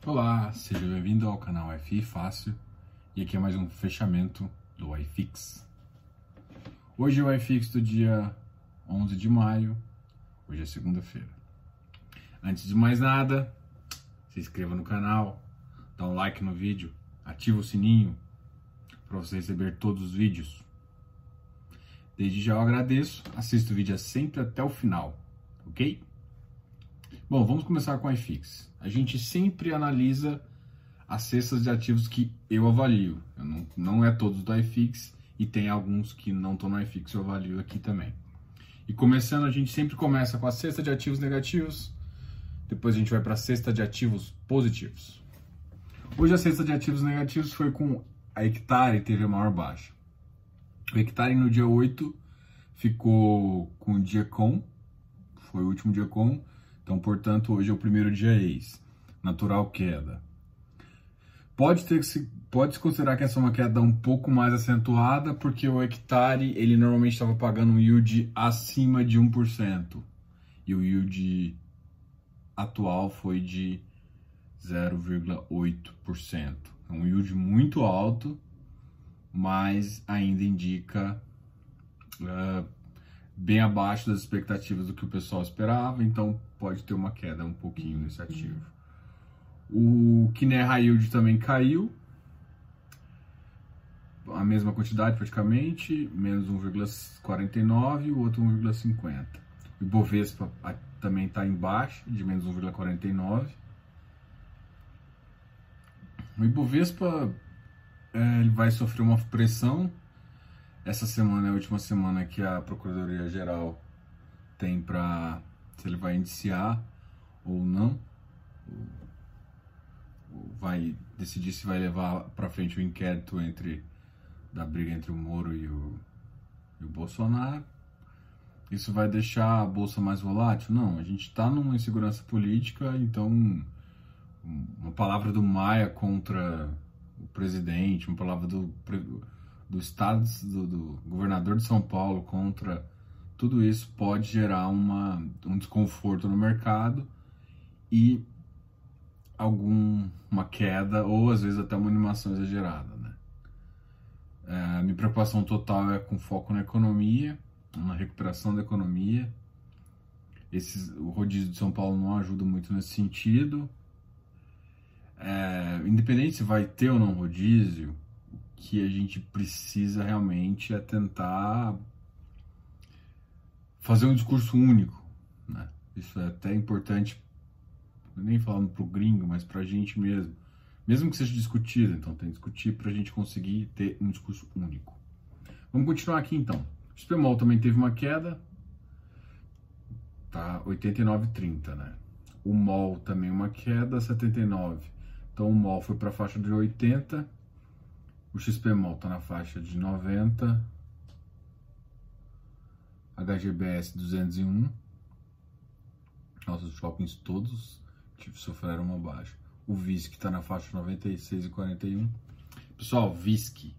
Olá, seja bem-vindo ao canal FI Fácil e aqui é mais um fechamento do iFix. Hoje é o iFix do dia 11 de maio, hoje é segunda-feira. Antes de mais nada, se inscreva no canal, dá um like no vídeo, ativa o sininho para você receber todos os vídeos. Desde já eu agradeço, assista o vídeo sempre até o final, ok? Bom, vamos começar com o iFix. A gente sempre analisa as cestas de ativos que eu avalio. Não é todos do iFix e tem alguns que não estão no iFix, eu avalio aqui também. E começando, a gente sempre começa com a cesta de ativos negativos, depois a gente vai para a cesta de ativos positivos. Hoje a cesta de ativos negativos foi com a Hectare, teve a maior baixa. O Hectare no dia 8 ficou com o dia com, foi o último dia com, então, portanto, hoje é o primeiro dia ex, natural queda. Pode-se considerar que essa é uma queda um pouco mais acentuada, porque o Hectare, ele normalmente estava pagando um yield acima de 1%, e o yield atual foi de 0,8%. É um yield muito alto, mas ainda indica bem abaixo das expectativas do que o pessoal esperava, então pode ter uma queda um pouquinho nesse ativo. O Kinea High Yield também caiu, a mesma quantidade praticamente, menos 1,49 e o outro 1,50. O Ibovespa também está embaixo, de menos 1,49. O Ibovespa ele vai sofrer uma pressão. Essa semana é a última semana que a Procuradoria-Geral tem para se ele vai indiciar ou não, vai decidir se vai levar para frente o inquérito da briga entre o Moro e o Bolsonaro. Isso vai deixar a bolsa mais volátil? Não, a gente está numa insegurança política, então uma palavra do Maia contra o presidente, uma palavra do estado, do governador de São Paulo contra tudo isso pode gerar um desconforto no mercado e uma queda ou às vezes até uma animação exagerada, né? A minha preocupação total é com foco na economia, na recuperação da economia. O rodízio de São Paulo não ajuda muito nesse sentido. Independente se vai ter ou não rodízio, o que a gente precisa realmente é tentar fazer um discurso único, né? Isso é até importante, nem falando para o gringo, mas para a gente mesmo que seja discutido. Então tem que discutir para a gente conseguir ter um discurso único. Vamos continuar aqui então. O XPMOL também teve uma queda, tá 89,30, né? O MOL também uma queda, 79. Então o MOL foi para a faixa de 80, o XPMOL está na faixa de 90, HGBS 201. Nossos shoppings todos sofreram uma baixa. O VISC está na faixa 96,41. Pessoal, VISC,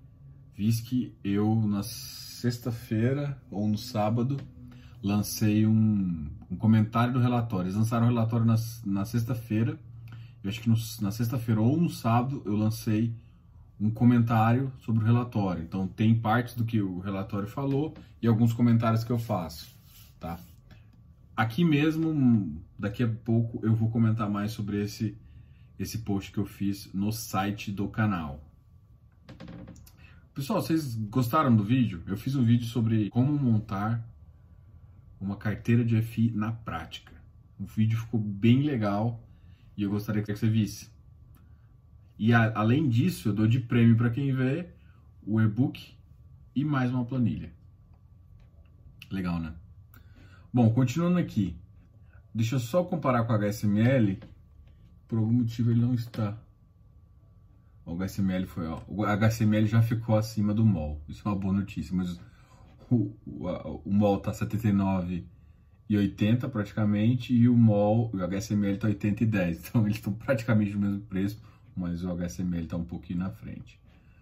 eu na sexta-feira ou no sábado lancei um comentário do relatório. Eles lançaram o relatório na sexta-feira. Eu acho que na sexta-feira ou no sábado eu lancei um comentário sobre o relatório. Então tem partes do que o relatório falou e alguns comentários que eu faço, tá? Aqui mesmo, daqui a pouco eu vou comentar mais sobre esse post que eu fiz no site do canal. Pessoal, vocês gostaram do vídeo? Eu fiz um vídeo sobre como montar uma carteira de FI na prática. O vídeo ficou bem legal e eu gostaria que você visse. E além disso, eu dou de prêmio para quem vê o e-book e mais uma planilha. Legal, né? Bom, continuando aqui. Deixa eu só comparar com o HSML. Por algum motivo ele não está. O HSML o HSML já ficou acima do MOL. Isso é uma boa notícia, mas o MOL está 79,80 praticamente e o HSML está 80,10. Então eles estão praticamente no mesmo preço, mas o HSML está um pouquinho na frente.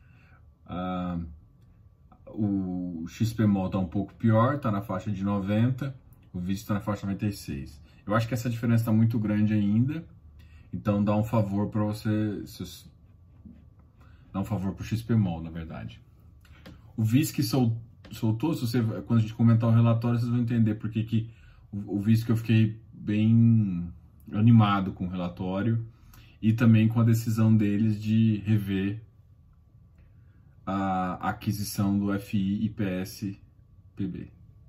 O XPMOL está um pouco pior, está na faixa de 90, o VISC está na faixa de 96. Eu acho que essa diferença está muito grande ainda. Então dá um favor para você, dá um favor pro XPMOL, na verdade. O VISC soltou, quando a gente comentar o relatório, vocês vão entender por que o VISC eu fiquei bem animado com o relatório e também com a decisão deles de rever a aquisição do FI e PSPB.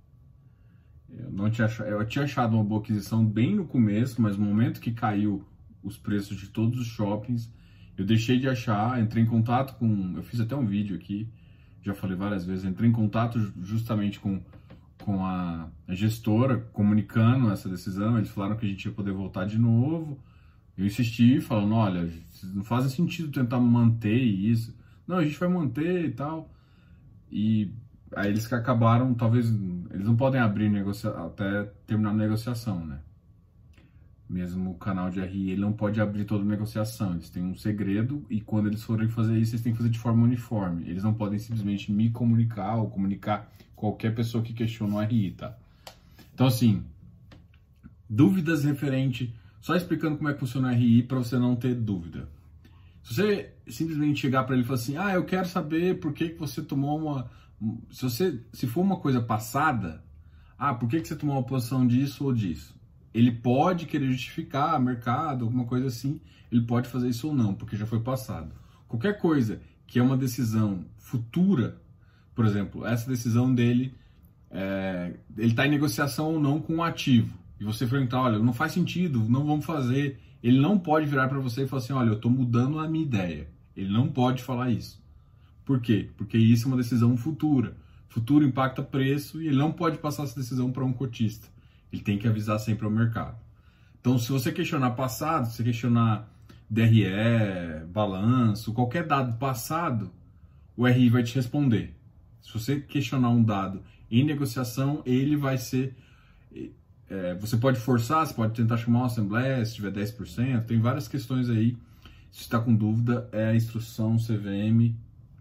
Eu tinha achado uma boa aquisição bem no começo, mas no momento que caiu os preços de todos os shoppings, eu deixei de achar, entrei em contato eu fiz até um vídeo aqui, já falei várias vezes, entrei em contato justamente com a gestora, comunicando essa decisão, eles falaram que a gente ia poder voltar de novo, eu insisti, falando, olha, não faz sentido tentar manter isso, não, a gente vai manter e tal, e aí eles que acabaram, talvez, eles não podem abrir até terminar a negociação, né? Mesmo o canal de RI, ele não pode abrir toda a negociação, eles têm um segredo e quando eles forem fazer isso, eles têm que fazer de forma uniforme. Eles não podem simplesmente me comunicar ou comunicar qualquer pessoa que questiona o RI, tá? Então, assim, dúvidas referente, só explicando como é que funciona o RI para você não ter dúvida. Se você simplesmente chegar para ele e falar assim, eu quero saber por que você tomou uma... Se for uma coisa passada, por que você tomou uma posição disso ou disso? Ele pode querer justificar mercado, alguma coisa assim, ele pode fazer isso ou não, porque já foi passado. Qualquer coisa que é uma decisão futura, por exemplo, essa decisão dele, ele está em negociação ou não com o ativo, e você perguntar, olha, não faz sentido, não vamos fazer, ele não pode virar para você e falar assim, olha, eu estou mudando a minha ideia. Ele não pode falar isso. Por quê? Porque isso é uma decisão futura. Futuro impacta preço e ele não pode passar essa decisão para um cotista. Ele tem que avisar sempre ao mercado. Então, se você questionar passado, se você questionar DRE, balanço, qualquer dado passado, o RI vai te responder. Se você questionar um dado em negociação, ele vai ser... você pode forçar, você pode tentar chamar uma assembleia, se tiver 10%, tem várias questões aí. Se está com dúvida, é a instrução CVM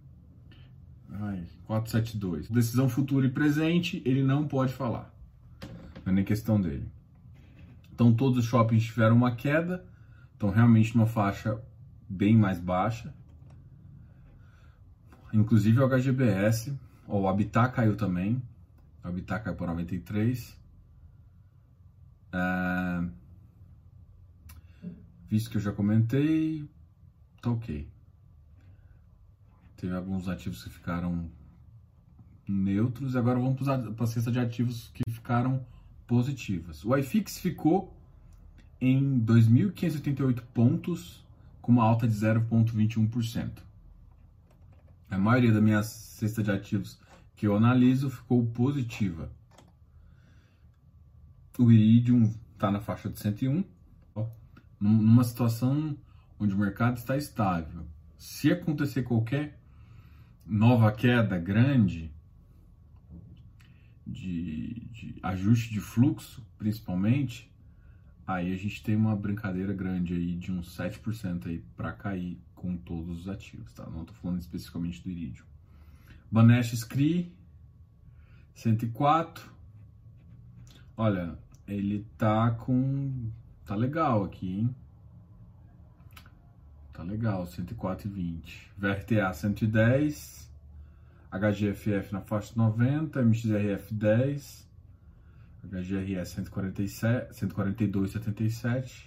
472. Decisão futura e presente, ele não pode falar. Não é nem questão dele. Então, todos os shoppings tiveram uma queda, estão realmente numa faixa bem mais baixa. Inclusive o HGBS, o Habitat caiu também. O Habitat caiu para 93. Visto que eu já comentei, tá ok. Teve alguns ativos que ficaram neutros e agora vamos para a cesta de ativos que ficaram positivas. O iFix ficou em 2.588 pontos com uma alta de 0,21%. A maioria da minha cesta de ativos que eu analiso ficou positiva. O Iridium está na faixa de 101, numa situação onde o mercado está estável. Se acontecer qualquer nova queda grande, de ajuste de fluxo, principalmente, aí a gente tem uma brincadeira grande aí de uns 7% aí para cair com todos os ativos, tá? Não estou falando especificamente do Iridium. Banesh Scree, 104. Olha, ele tá legal aqui, hein? Tá legal, 104,20. VRTA 110. HGFF na faixa de 90, MXRF 10, HGRS 147, 142,77,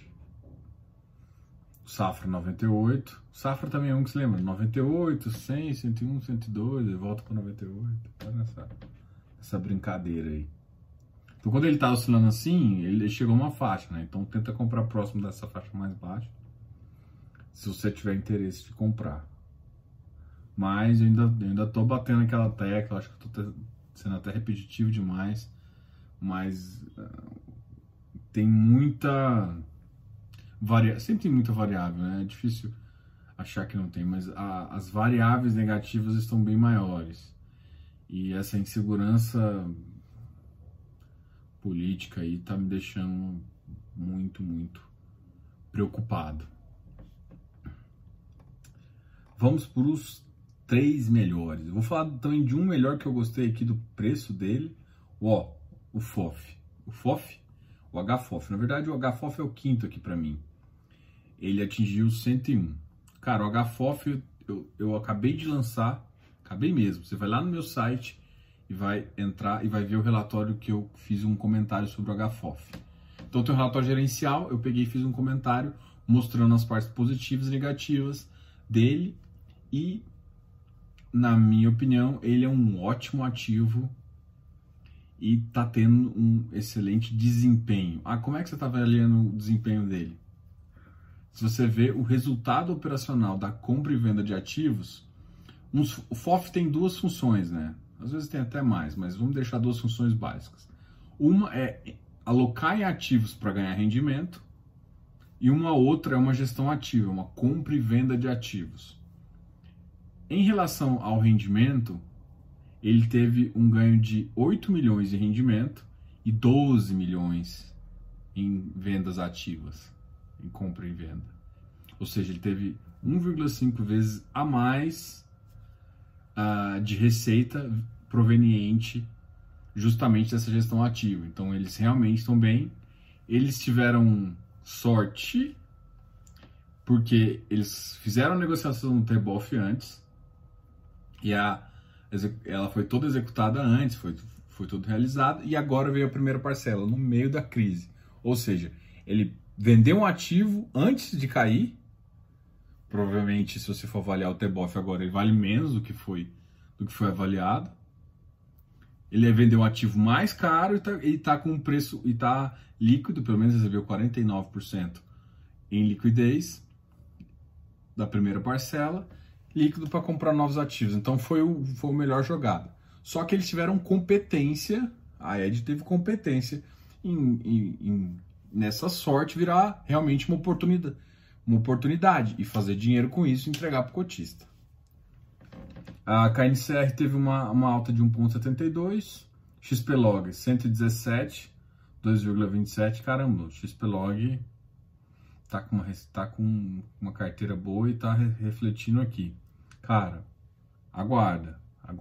Safra 98, Safra também é um que se lembra, 98, 100, 101, 102, ele volta para 98, tá nessa brincadeira aí. Então quando ele tá oscilando assim, ele chegou a uma faixa, né? Então tenta comprar próximo dessa faixa mais baixa, se você tiver interesse de comprar. Mas eu ainda tô batendo aquela tecla, acho que eu tô sendo até repetitivo demais, mas tem muita sempre tem muita variável, né? É difícil achar que não tem, mas as variáveis negativas estão bem maiores. E essa insegurança política aí tá me deixando muito, muito preocupado. Vamos para os 3 melhores. Eu vou falar também de um melhor que eu gostei aqui do preço dele. O FOF. O HFOF. Na verdade, o HFOF é o quinto aqui para mim. ele atingiu 101. Cara, o HFOF eu acabei de lançar, acabei mesmo. Você vai lá no meu site e vai entrar e vai ver o relatório que eu fiz um comentário sobre o HFOF. Então tem um relatório gerencial, eu peguei e fiz um comentário mostrando as partes positivas e negativas dele e, na minha opinião, ele é um ótimo ativo e está tendo um excelente desempenho. Ah, como é que você está avaliando o desempenho dele? Se você vê o resultado operacional da compra e venda de ativos, o FOF tem duas funções, né? Às vezes tem até mais, mas vamos deixar duas funções básicas. Uma é alocar em ativos para ganhar rendimento e uma outra é uma gestão ativa, uma compra e venda de ativos. Em relação ao rendimento, ele teve um ganho de 8 milhões de rendimento e 12 milhões em vendas ativas, em compra e venda. Ou seja, ele teve 1,5 vezes a mais de receita proveniente justamente dessa gestão ativa. Então, eles realmente estão bem. Eles tiveram sorte, porque eles fizeram a negociação no TBOF antes, e ela foi toda executada antes, foi tudo realizado, e agora veio a primeira parcela, no meio da crise. Ou seja, ele vendeu um ativo antes de cair, provavelmente, se você for avaliar o TBOF agora, ele vale menos do que foi avaliado. Ele vendeu um ativo mais caro e está com um preço, e está líquido, pelo menos recebeu 49% em liquidez da primeira parcela, líquido para comprar novos ativos. Então foi o melhor jogado. Só que eles tiveram competência, a Ed teve competência nessa sorte virar realmente uma oportunidade e fazer dinheiro com isso e entregar para o cotista. A KNCR teve uma alta de 1,72, XPlog 117, 2,27, caramba, o XPlog tá com uma carteira boa e tá refletindo aqui. Cara, aguarda.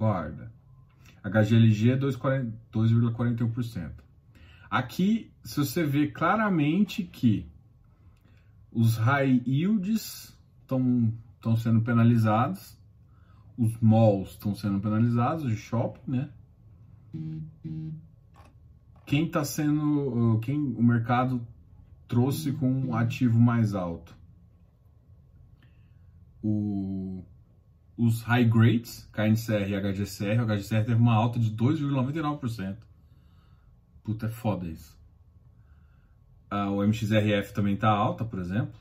HGLG 2,41%. Aqui, se você vê claramente que os high yields estão sendo penalizados, os malls estão sendo penalizados, de shopping, né? Quem o mercado trouxe com um ativo mais alto? Os high grades, KNCR e HGCR. O HGCR teve uma alta de 2,99%. Puta, é foda isso. O MXRF também tá alta, por exemplo.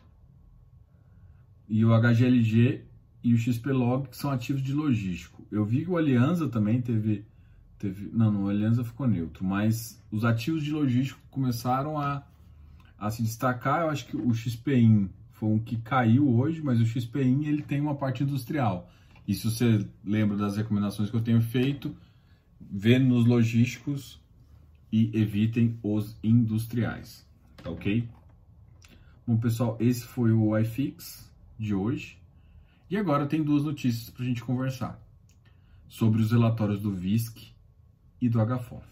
E o HGLG e o XPlog, que são ativos de logístico. Eu vi que o Alianza também teve... Não, o Alianza ficou neutro, mas os ativos de logístico começaram a se destacar. Eu acho que o XPIN foi um que caiu hoje, mas o XPIN ele tem uma parte industrial. E se você lembra das recomendações que eu tenho feito, vê nos logísticos e evitem os industriais, tá ok? Bom, pessoal, esse foi o iFix de hoje. E agora tem duas notícias para a gente conversar sobre os relatórios do VISC e do HFOF.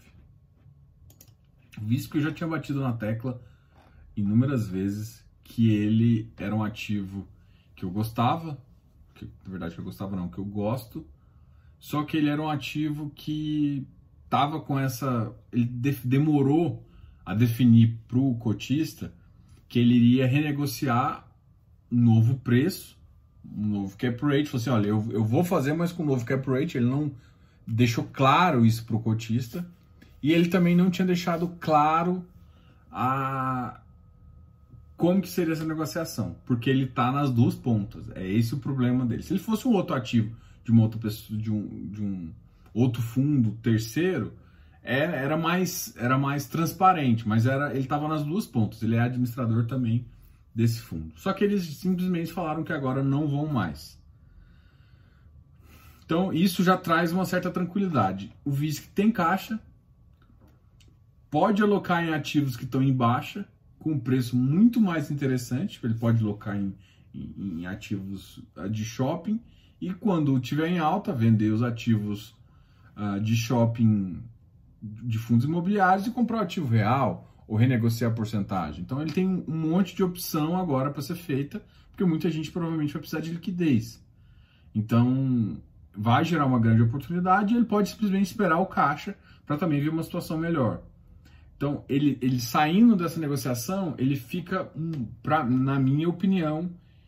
O VISC eu já tinha batido na tecla inúmeras vezes que ele era um ativo que eu gostava, que na verdade que eu gostava não, que eu gosto, só que ele era um ativo que tava com ele demorou a definir para o cotista que ele iria renegociar um novo preço, um novo cap rate. Falou assim, olha, eu vou fazer, mas com um novo cap rate. Ele não deixou claro isso para o cotista, e ele também não tinha deixado claro como que seria essa negociação, porque ele está nas duas pontas. É esse o problema dele. Se ele fosse um outro ativo de uma outra pessoa, de um outro fundo terceiro, era mais transparente, mas ele estava nas duas pontas. Ele é administrador também desse fundo. Só que eles simplesmente falaram que agora não vão mais. Então isso já traz uma certa tranquilidade. O VISC tem caixa, pode alocar em ativos que estão em baixa, com um preço muito mais interessante. Ele pode alocar em ativos de shopping, e quando estiver em alta, vender os ativos de shopping de fundos imobiliários e comprar o ativo real, ou renegociar a porcentagem. Então ele tem um monte de opção agora para ser feita, porque muita gente provavelmente vai precisar de liquidez. Então vai gerar uma grande oportunidade e ele pode simplesmente esperar o caixa para também ver uma situação melhor. Então ele saindo dessa negociação, ele fica, na minha opinião,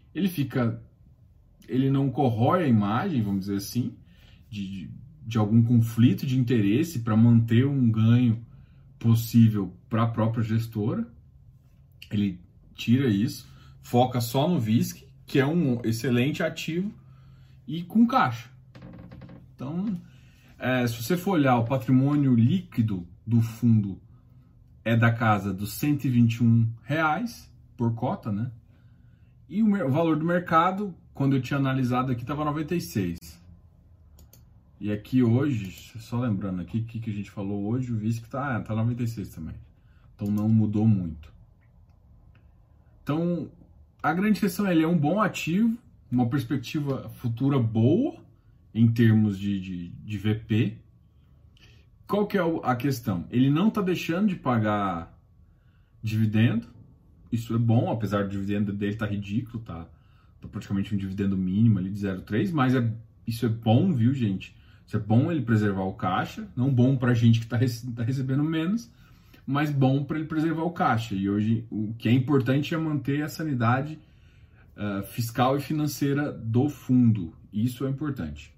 ele não corrói a imagem, vamos dizer assim, de algum conflito de interesse para manter um ganho possível para a própria gestora. Ele tira isso, foca só no VISC, que é um excelente ativo e com caixa. Então, se você for olhar o patrimônio líquido do fundo é da casa dos R$121 por cota, né? E o valor do mercado, quando eu tinha analisado aqui, estava 96. E aqui hoje, só lembrando aqui o que a gente falou hoje, o VISC tá 96 também. Então não mudou muito. Então, a grande questão é, ele é um bom ativo, uma perspectiva futura boa em termos de VP. Qual que é a questão? Ele não está deixando de pagar dividendo. Isso é bom, apesar do dividendo dele estar ridículo, tá praticamente um dividendo mínimo ali de 0,3, mas isso é bom, viu, gente? Isso é bom ele preservar o caixa, não bom para a gente que está recebendo menos, mas bom para ele preservar o caixa. E hoje o que é importante é manter a sanidade fiscal e financeira do fundo. Isso é importante.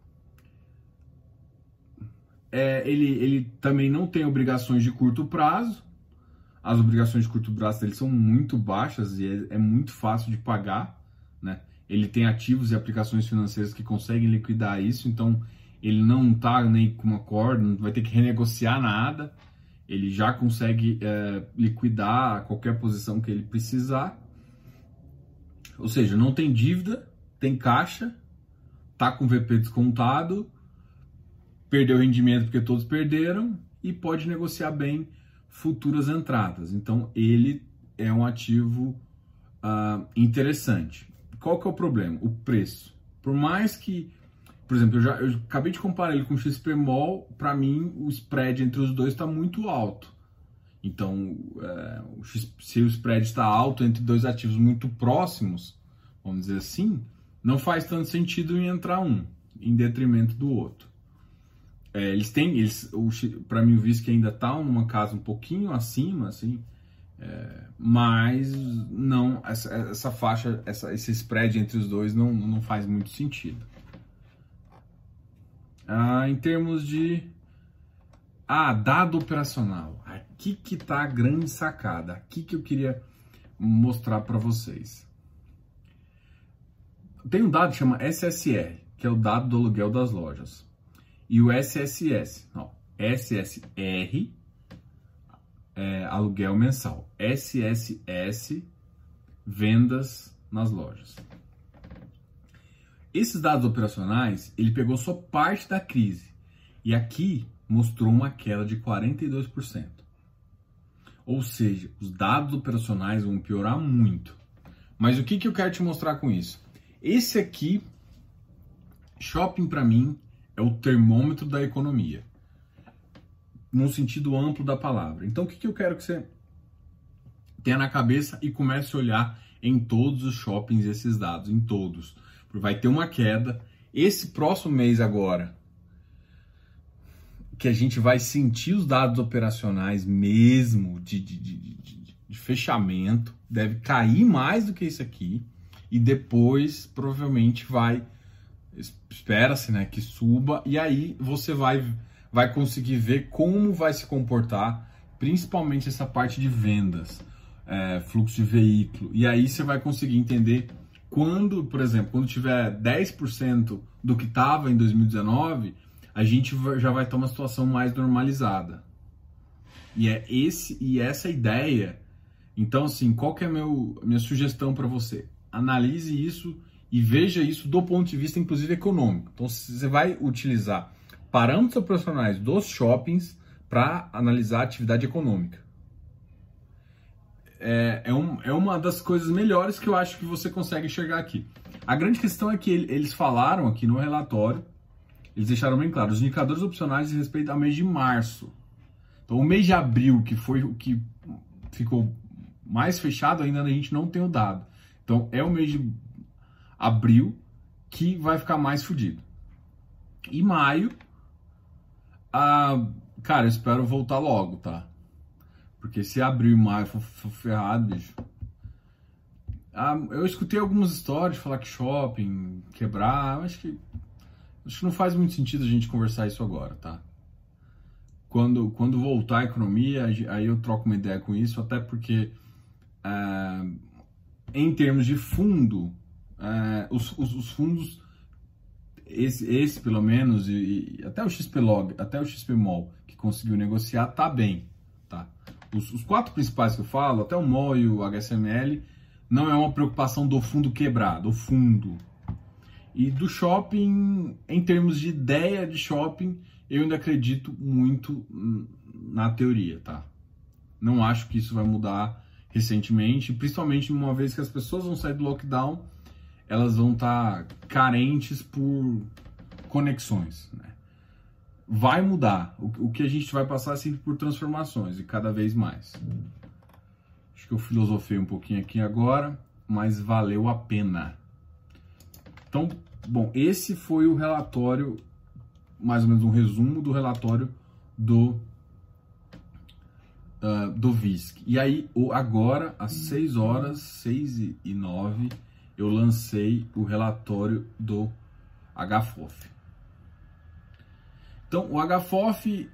Ele também não tem obrigações de curto prazo. As obrigações de curto prazo dele são muito baixas e é muito fácil de pagar, né? Ele tem ativos e aplicações financeiras que conseguem liquidar isso, então ele não está nem com uma corda, não vai ter que renegociar nada. Ele já consegue liquidar qualquer posição que ele precisar. Ou seja, não tem dívida, tem caixa, tá com VP descontado, perdeu rendimento porque todos perderam e pode negociar bem futuras entradas. Então ele é um ativo interessante. Qual que é o problema? O preço. Por mais que, por exemplo, eu acabei de comparar ele com o XPMOL, para mim o spread entre os dois está muito alto. Então, se o spread está alto entre dois ativos muito próximos, vamos dizer assim, não faz tanto sentido em entrar um em detrimento do outro. Para mim o VISC ainda está numa casa um pouquinho acima, assim, mas não, essa faixa, esse spread entre os dois não faz muito sentido. Em termos de dado operacional, aqui que está a grande sacada, aqui que eu queria mostrar para vocês. Tem um dado que chama SSR, que é o dado do aluguel das lojas. E o SSR, aluguel mensal. SSS, vendas nas lojas. Esses dados operacionais, ele pegou só parte da crise. E aqui mostrou uma queda de 42%. Ou seja, os dados operacionais vão piorar muito. Mas o que eu quero te mostrar com isso? Esse aqui, shopping para mim, é o termômetro da economia, no sentido amplo da palavra. Então, o que eu quero que você tenha na cabeça e comece a olhar em todos os shoppings esses dados, em todos. Vai ter uma queda. Esse próximo mês agora, que a gente vai sentir os dados operacionais mesmo de fechamento, deve cair mais do que isso aqui, e depois provavelmente espera-se, né, que suba, e aí você vai conseguir ver como vai se comportar, principalmente essa parte de vendas, fluxo de veículo, e aí você vai conseguir entender quando, por exemplo, quando tiver 10% do que estava em 2019, a gente já vai estar uma situação mais normalizada. E essa ideia. Então, assim, qual que é a minha sugestão para você? Analise isso e veja isso do ponto de vista, inclusive, econômico. Então, você vai utilizar parâmetros operacionais dos shoppings para analisar a atividade econômica. É uma das coisas melhores que eu acho que você consegue enxergar aqui. A grande questão é que eles falaram aqui no relatório, eles deixaram bem claro, os indicadores opcionais dizem respeito ao mês de março. Então, o mês de abril, que foi o que ficou mais fechado, ainda a gente não tem o dado. Então, é o mês de abril que vai ficar mais fodido. E maio, cara, eu espero voltar logo, tá? Porque se abril e maio for ferrado, bicho. Eu escutei algumas histórias de falar que shopping quebrar, acho que não faz muito sentido a gente conversar isso agora, tá? Quando voltar a economia, aí eu troco uma ideia com isso, até porque em termos de fundo, os fundos, esse pelo menos, e até o XPlog, até o XPMOL, que conseguiu negociar, tá bem, tá? Os 4 principais que eu falo, até o MOL e o HSML, não é uma preocupação do fundo quebrar, do fundo. E do shopping, em termos de ideia de shopping, eu ainda acredito muito na teoria, tá? Não acho que isso vai mudar recentemente, principalmente uma vez que as pessoas vão sair do lockdown, elas vão estar carentes por conexões, né? Vai mudar. O que a gente vai passar é sempre por transformações, e cada vez mais. Acho que eu filosofei um pouquinho aqui agora, mas valeu a pena. Então, bom, esse foi o relatório, mais ou menos um resumo do relatório do VISC. E aí, agora, às 6 horas, 6h09, eu lancei o relatório do HFOF. Então, o HFOF,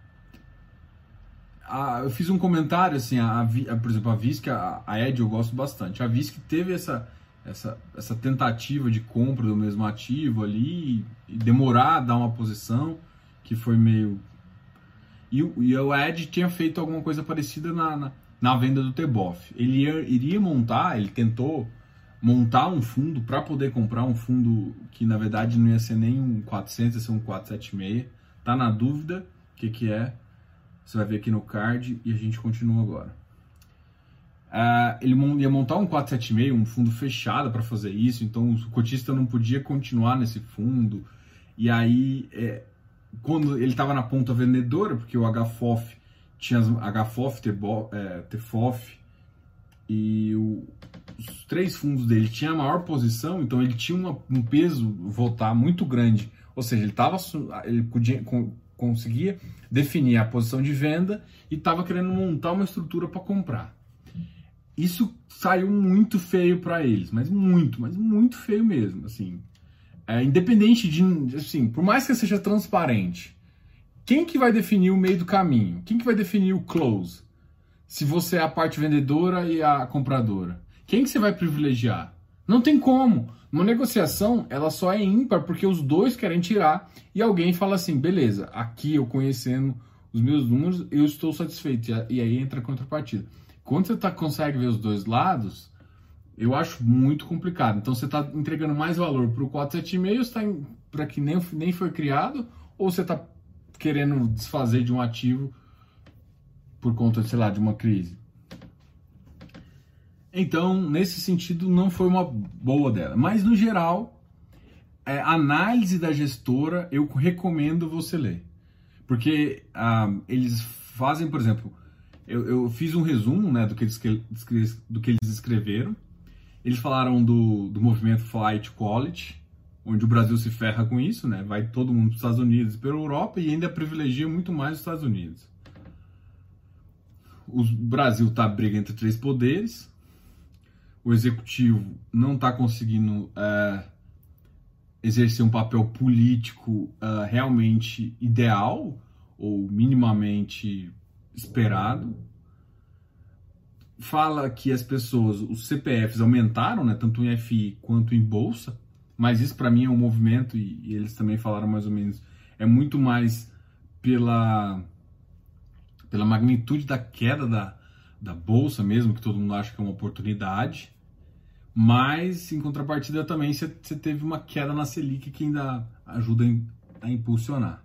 eu fiz um comentário, assim, por exemplo, a VISC, a Ed eu gosto bastante. A VISC teve essa tentativa de compra do mesmo ativo ali, e demorar a dar uma posição, que foi meio... E o Ed tinha feito alguma coisa parecida na venda do TBOF. Ele tentou montar um fundo para poder comprar um fundo que na verdade não ia ser nem um 400, ia ser um 476. Tá na dúvida o que é. Você vai ver aqui no card e a gente continua agora. Ele ia montar um 476, um fundo fechado para fazer isso, então o cotista não podia continuar nesse fundo. E aí, quando ele estava na ponta vendedora, porque o HFOF tinha HFOF, TFOF e os 3 fundos dele tinham a maior posição, então ele tinha um peso votar muito grande, ou seja, ele conseguia definir a posição de venda e estava querendo montar uma estrutura para comprar. Isso saiu muito feio para eles, mas muito feio mesmo, assim. Independente de, assim, por mais que seja transparente, quem que vai definir o meio do caminho? Quem que vai definir o close? Se você é a parte vendedora e a compradora. Quem que você vai privilegiar? Não tem como. Uma negociação, ela só é ímpar porque os dois querem tirar e alguém fala assim, beleza, aqui eu conhecendo os meus números, eu estou satisfeito. E aí entra a contrapartida. Quando você consegue ver os dois lados, eu acho muito complicado. Então você está entregando mais valor para o 476, para que nem foi criado, ou você está querendo desfazer de um ativo por conta, sei lá, de uma crise. Então, nesse sentido, não foi uma boa dela. Mas, no geral, a análise da gestora, eu recomendo você ler. Porque eles fazem, por exemplo, eu fiz um resumo, né, do que eles escreveram. Eles falaram do movimento Flight Quality, onde o Brasil se ferra com isso, né? Vai todo mundo para os Estados Unidos e para a Europa e ainda privilegia muito mais os Estados Unidos. O Brasil está briga entre 3 poderes. O executivo não está conseguindo exercer um papel político realmente ideal ou minimamente esperado. Fala que as pessoas, os CPFs aumentaram, né, tanto em FI quanto em bolsa, mas isso para mim é um movimento, e eles também falaram mais ou menos, é muito mais pela magnitude da queda da bolsa mesmo, que todo mundo acha que é uma oportunidade, mas em contrapartida também você teve uma queda na Selic que ainda ajuda a impulsionar.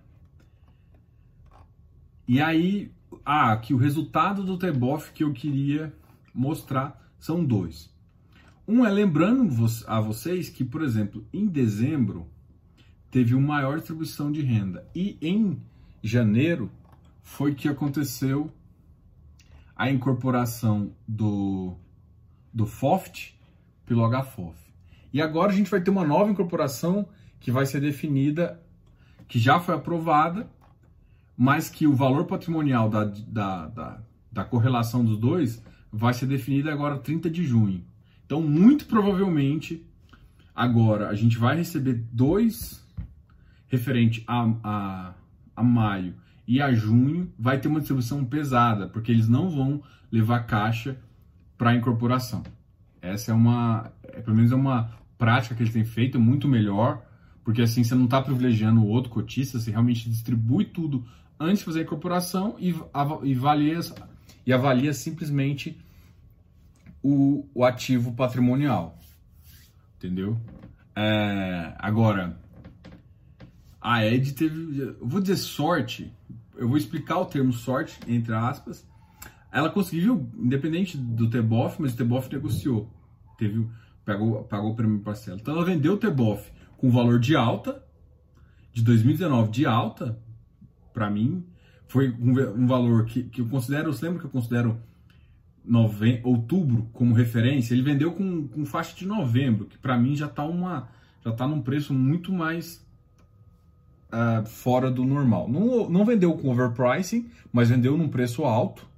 E aí, aqui o resultado do TBOF que eu queria mostrar são 2. Um é lembrando a vocês que, por exemplo, em dezembro teve uma maior distribuição de renda e em janeiro foi que aconteceu a incorporação do FOFT pelo HFOF. E agora a gente vai ter uma nova incorporação que vai ser definida, que já foi aprovada, mas que o valor patrimonial da correlação dos dois vai ser definida agora 30 de junho. Então, muito provavelmente, agora a gente vai receber dois referente a maio e a junho, vai ter uma distribuição pesada, porque eles não vão levar caixa para incorporação. Essa pelo menos é uma prática que eles têm feito, muito melhor, porque assim você não está privilegiando o outro cotista, você realmente distribui tudo antes de fazer a incorporação e avalia simplesmente o ativo patrimonial, entendeu? Agora, a Ed teve, eu vou dizer sorte, eu vou explicar o termo sorte, entre aspas. Ela conseguiu, independente do TBOF, mas o TBOF negociou, pagou o prêmio parcela. Então ela vendeu o TBOF com valor de alta, de 2019 de alta, para mim, foi um valor que eu considero, você lembra que eu considero outubro como referência? Ele vendeu com faixa de novembro, que para mim já tá num preço muito mais fora do normal. Não vendeu com overpricing, mas vendeu num preço alto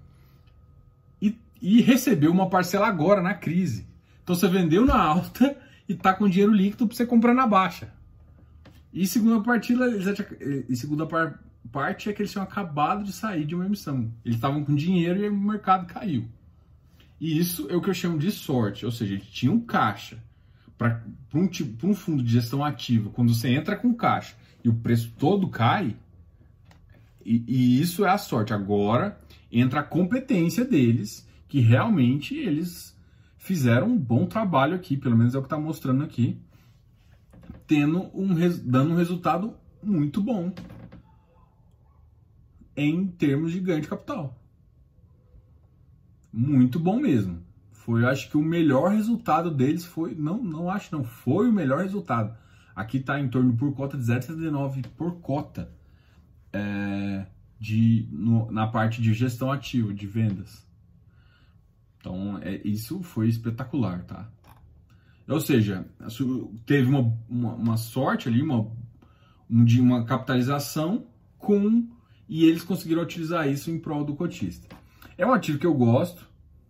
e recebeu uma parcela agora na crise. Então você vendeu na alta e tá com dinheiro líquido para você comprar na baixa. E segunda parte é que eles tinham acabado de sair de uma emissão. Eles estavam com dinheiro e o mercado caiu. E isso é o que eu chamo de sorte, ou seja, eles tinham caixa para um fundo de gestão ativa. Quando você entra com caixa e o preço todo cai, e isso é a sorte. Agora entra a competência deles, que realmente eles fizeram um bom trabalho aqui, pelo menos é o que está mostrando aqui, dando um resultado muito bom em termos de ganho de capital. Muito bom mesmo. Eu acho que o melhor resultado deles foi, foi o melhor resultado. Aqui está em torno por cota de 0,79 por cota na parte de gestão ativa, de vendas. Então, isso foi espetacular, tá? Ou seja, teve uma sorte ali, uma capitalização e eles conseguiram utilizar isso em prol do cotista. É um ativo que eu gosto.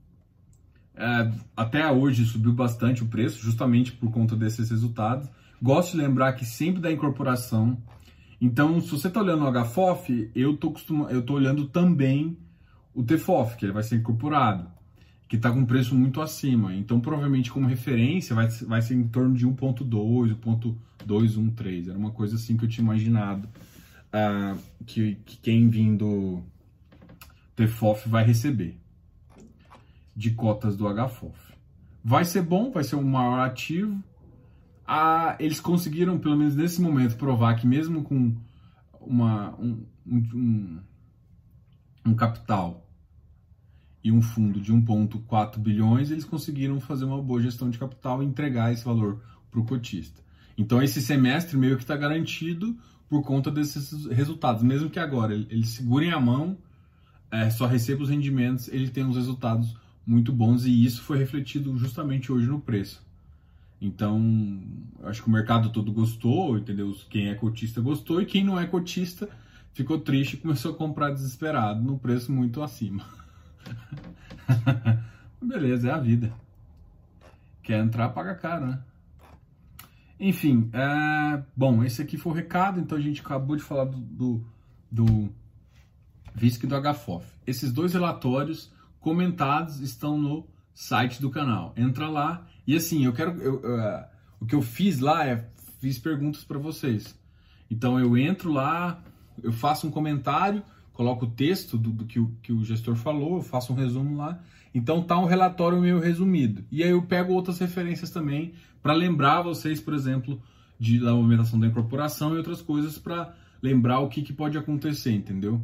Até hoje subiu bastante o preço, justamente por conta desses resultados. Gosto de lembrar que sempre dá incorporação. Então, se você está olhando o HFOF, eu tô olhando também o TFOF, que ele vai ser incorporado, que está com um preço muito acima. Então, provavelmente, como referência, vai ser em torno de 1.2, 1.213. Era uma coisa assim que eu tinha imaginado que quem vindo TFOF vai receber de cotas do HFOF. Vai ser bom, vai ser um maior ativo. Eles conseguiram, pelo menos nesse momento, provar que mesmo com um capital e um fundo de 1,4 bilhões, eles conseguiram fazer uma boa gestão de capital e entregar esse valor para o cotista. Então esse semestre meio que está garantido por conta desses resultados. Mesmo que agora eles segurem a mão, só receba os rendimentos, ele tem uns resultados muito bons e isso foi refletido justamente hoje no preço. Então, eu acho que o mercado todo gostou, entendeu? Quem é cotista gostou e quem não é cotista ficou triste e começou a comprar desesperado no preço muito acima. Beleza, é a vida. Quer entrar, paga caro, né? Enfim, bom, esse aqui foi o recado. Então a gente acabou de falar do VISC e do HFOF. Esses dois relatórios comentados estão no site do canal. Entra lá e assim, o que eu fiz lá fiz perguntas para vocês. Então eu entro lá, eu faço um comentário, coloco o texto do que o gestor falou, eu faço um resumo lá. Então tá um relatório meio resumido. E aí eu pego outras referências também para lembrar vocês, por exemplo, da movimentação da incorporação e outras coisas para lembrar o que pode acontecer, entendeu?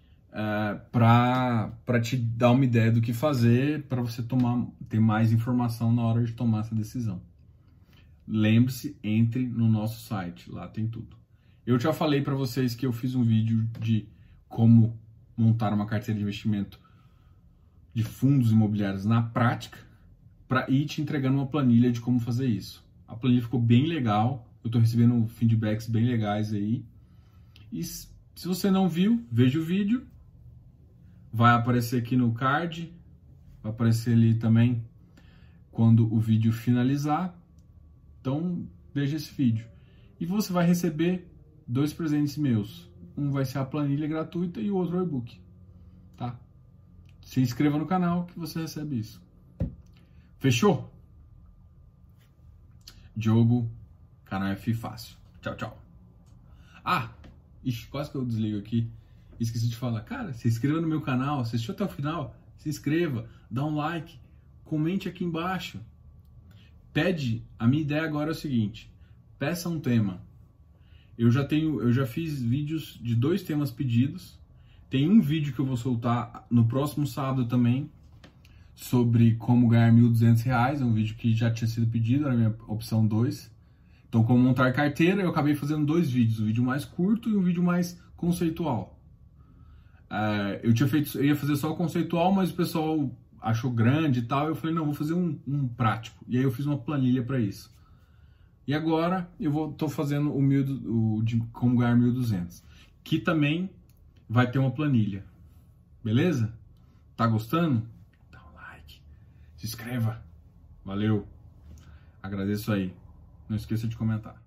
Para te dar uma ideia do que fazer, para você ter mais informação na hora de tomar essa decisão. Lembre-se, entre no nosso site, lá tem tudo. Eu já falei para vocês que eu fiz um vídeo de como montar uma carteira de investimento de fundos imobiliários na prática para ir te entregando uma planilha de como fazer isso. A planilha ficou bem legal, eu estou recebendo feedbacks bem legais aí. E se você não viu, veja o vídeo, vai aparecer aqui no card, vai aparecer ali também quando o vídeo finalizar. Então veja esse vídeo. E você vai receber 2 presentes meus. Um vai ser a planilha gratuita e o outro o e-book. Tá? Se inscreva no canal que você recebe isso. Fechou? Diogo, canal F Fácil. Tchau, tchau. Ah, ixi, quase que eu desligo aqui. Esqueci de falar. Cara, se inscreva no meu canal. Assistiu até o final? Se inscreva, dá um like, comente aqui embaixo. A minha ideia agora é o seguinte: peça um tema. Eu já fiz vídeos de 2 temas pedidos. Tem um vídeo que eu vou soltar no próximo sábado também, sobre como ganhar R$1.200. É um vídeo que já tinha sido pedido, era a minha opção 2. Então, como montar carteira, eu acabei fazendo 2 vídeos, um vídeo mais curto e um vídeo mais conceitual. Eu ia fazer só o conceitual, mas o pessoal achou grande e tal, eu falei, não, vou fazer um prático. E aí eu fiz uma planilha para isso. E agora tô fazendo o de como ganhar 1.200, que também vai ter uma planilha. Beleza? Tá gostando? Dá um like, se inscreva. Valeu. Agradeço aí. Não esqueça de comentar.